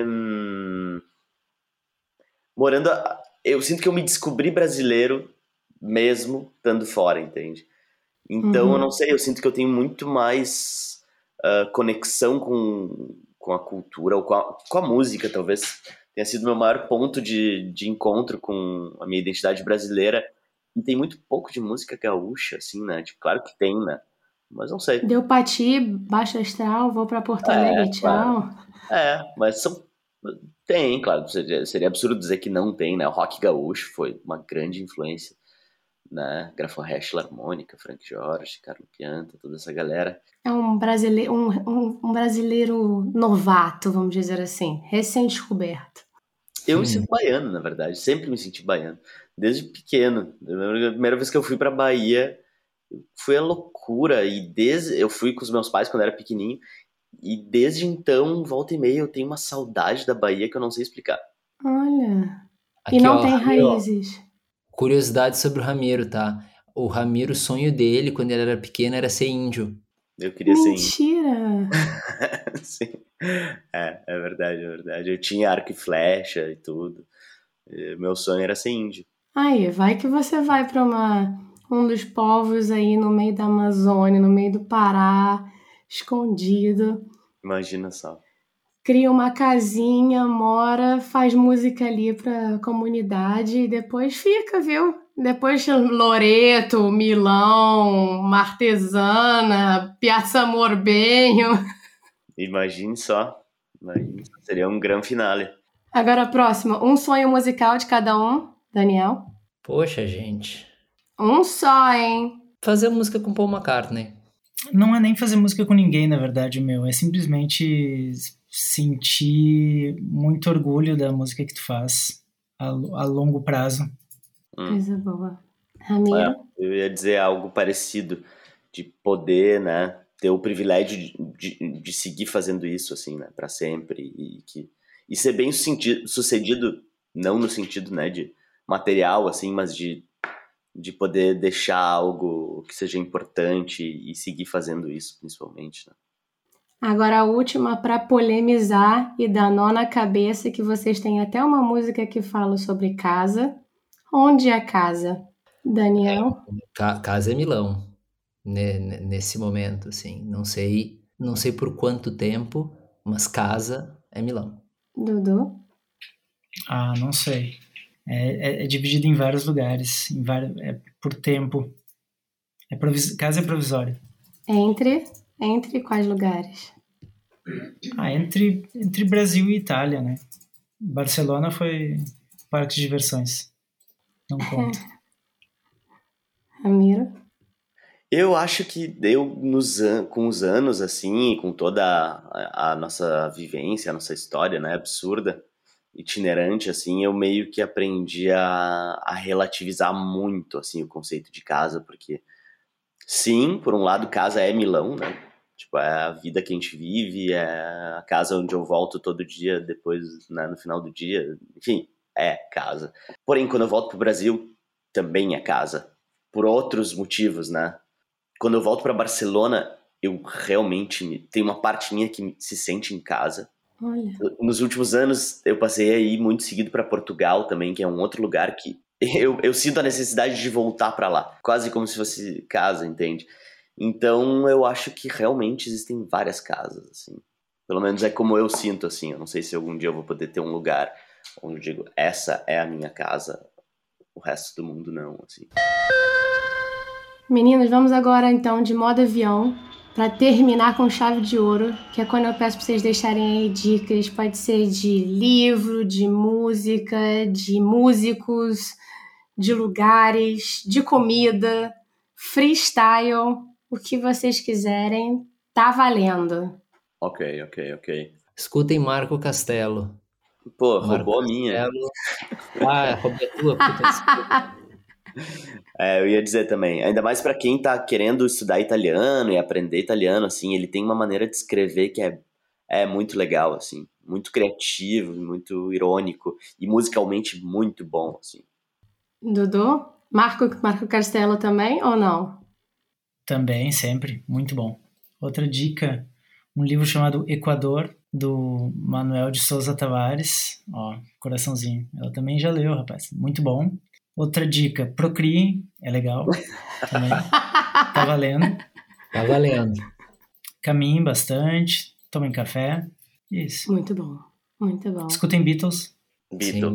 eu sinto que eu me descobri brasileiro mesmo estando fora, entende? Então, eu não sei, eu sinto que eu tenho muito mais conexão com a cultura, ou com a música, talvez tenha sido meu maior ponto de encontro com a minha identidade brasileira. E tem muito pouco de música gaúcha, assim, né? Tipo, claro que tem, né? Mas não sei. Deu pati, baixo astral, vou pra Porto Alegre, tchau. Claro. Mas tem, claro. Seria absurdo dizer que não tem, né? O rock gaúcho foi uma grande influência, né? Graforrest, Harmônica, Frank Jorge, Carlos Pianta, toda essa galera. É um brasileiro novato, vamos dizer assim, recém-descoberto. Eu me sinto baiano, na verdade. Sempre me senti baiano. Desde pequeno. Eu lembro a primeira vez que eu fui pra Bahia, foi a loucura. Eu fui com os meus pais quando eu era pequenininho. E desde então, volta e meia, eu tenho uma saudade da Bahia que eu não sei explicar. Olha. Aqui, e não tem raízes. Curiosidade sobre o Ramiro, tá? O Ramiro, o sonho dele, quando ele era pequeno, era ser índio. Eu queria ser índio. Mentira! Sim. É verdade, é verdade. Eu tinha arco e flecha e tudo. Meu sonho era ser índio. Aí, vai que você vai pra um dos povos aí no meio da Amazônia, no meio do Pará, escondido. Imagina só. Cria uma casinha, mora, faz música ali pra comunidade e depois fica, viu? Depois Loreto, Milão, Martesana, Piazza Morbenho. Imagine só. Seria um grande finale. Agora a próxima. Um sonho musical de cada um. Daniel? Poxa, gente. Um só, hein? Fazer música com Paul McCartney. Não é nem fazer música com ninguém, na verdade, meu. É simplesmente sentir muito orgulho da música que tu faz a longo prazo. Coisa boa. Ramiro? Eu ia dizer algo parecido, de poder, né, ter o privilégio de seguir fazendo isso, assim, né, pra sempre, e ser bem sucedido, não no sentido, né, de material, assim, mas de poder deixar algo que seja importante e seguir fazendo isso, principalmente, né. Agora a última para polemizar e dar nó na cabeça, que vocês têm até uma música que fala sobre casa. Onde é casa? Daniel? Casa é Milão. nesse momento, assim. Não sei por quanto tempo, mas casa é Milão. Dudu? Ah, não sei. É dividido em vários lugares, por tempo. Casa é provisória. Entre quais lugares? Entre Brasil e Itália, né? Barcelona foi parque de diversões. Não conta. Ramiro? Eu acho que com os anos, assim, com toda a nossa vivência, a nossa história, né, absurda, itinerante, assim, eu meio que aprendi a relativizar muito, assim, o conceito de casa, porque, sim, por um lado, casa é Milão, né? Tipo, é a vida que a gente vive, é a casa onde eu volto todo dia, depois, né, no final do dia, enfim, é casa. Porém, quando eu volto pro Brasil, também é casa, por outros motivos, né? Quando eu volto para Barcelona, eu realmente tem uma parte minha que se sente em casa. Olha. Nos últimos anos, eu passei a ir muito seguido para Portugal também, que é um outro lugar que eu sinto a necessidade de voltar para lá, quase como se fosse casa, entende? Então, eu acho que realmente existem várias casas, assim. Pelo menos é como eu sinto, assim. Eu não sei se algum dia eu vou poder ter um lugar onde eu digo, essa é a minha casa, o resto do mundo não, assim. Meninos, vamos agora então de modo avião para terminar com chave de ouro, que é quando eu peço para vocês deixarem aí dicas, pode ser de livro, de música, de músicos, de lugares, de comida, freestyle, o que vocês quiserem, tá valendo. Ok. Escutem Marco Castelo. Pô, Marco roubou a minha. Roubei a tua, puta. Eu ia dizer também, ainda mais pra quem tá querendo estudar italiano e aprender italiano, assim, ele tem uma maneira de escrever que é muito legal, assim, muito criativo, muito irônico e musicalmente muito bom, assim. Dudu? Marco Castelo também ou não? Também, sempre, muito bom. Outra dica, um livro chamado Equador, do Manuel de Souza Tavares, ó, coraçãozinho, ela também já leu, rapaz, muito bom. Outra dica, Procrie, é legal, também, tá valendo. Tá valendo. Caminhem bastante, tomem café, isso. Muito bom. Escutem Beatles. Sim,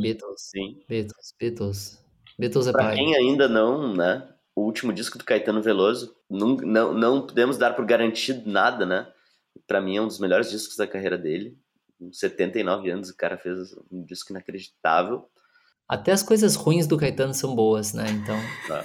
Beatles. Beatles é Pra pai. quem ainda não, né, o último disco do Caetano Veloso, não podemos dar por garantido nada, né? Pra mim é um dos melhores discos da carreira dele. Com 79 anos o cara fez um disco inacreditável. Até as coisas ruins do Caetano são boas, né? Então,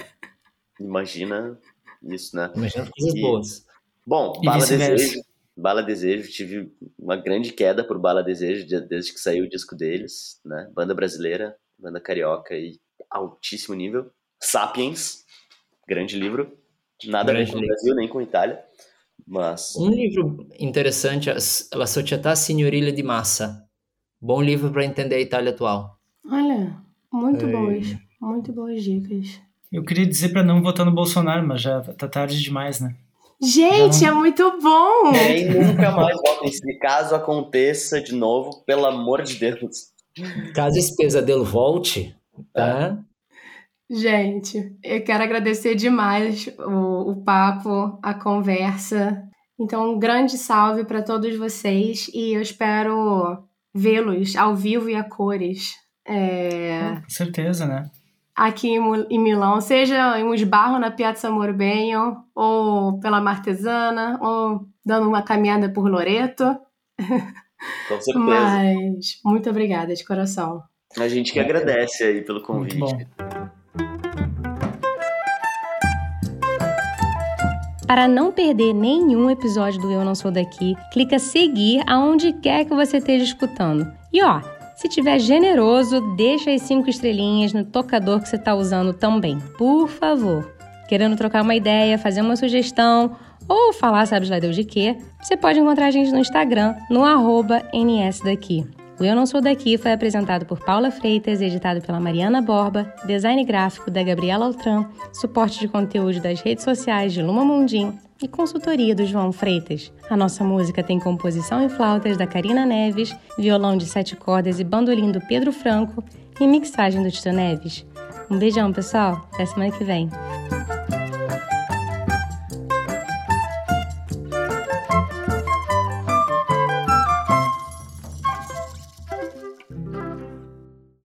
Imagina isso, né? imagina as coisas boas. Bom, E vice-versa. Bala Desejo, tive uma grande queda por Bala Desejo desde que saiu o disco deles, né? Banda brasileira, banda carioca e altíssimo nível. Sapiens, grande livro. Nada a ver com o Brasil, nem com a Itália. Mas... Um livro interessante, La Società Signorile di Massa. Bom livro para entender a Itália atual. Olha, muito boas dicas. Eu queria dizer para não votar no Bolsonaro, mas já tá tarde demais, né? Gente, é muito bom! E nunca mais votem. Se caso aconteça de novo, pelo amor de Deus. Caso esse pesadelo volte, tá? Gente, eu quero agradecer demais o papo, a conversa. Então, um grande salve para todos vocês e eu espero vê-los ao vivo e a cores. Com certeza, né? Aqui em Milão, seja em um esbarro na Piazza Morbenho, ou pela Martesana, ou dando uma caminhada por Loreto. Com certeza. Mas muito obrigada, de coração. A gente que agradece aí pelo convite. Muito bom. Para não perder nenhum episódio do Eu Não Sou Daqui, clica seguir aonde quer que você esteja escutando. E ó, se tiver generoso, deixa as 5 estrelinhas no tocador que você está usando também, por favor. Querendo trocar uma ideia, fazer uma sugestão ou falar sabe lá Deus de quê, você pode encontrar a gente no Instagram, no @nsdaqui. O Eu Não Sou Daqui foi apresentado por Paula Freitas, editado pela Mariana Borba, design gráfico da Gabriela Altran, suporte de conteúdo das redes sociais de Luma Mundim e consultoria do João Freitas. A nossa música tem composição em flautas da Karina Neves, violão de 7 cordas e bandolim do Pedro Franco e mixagem do Tito Neves. Um beijão, pessoal. Até semana que vem.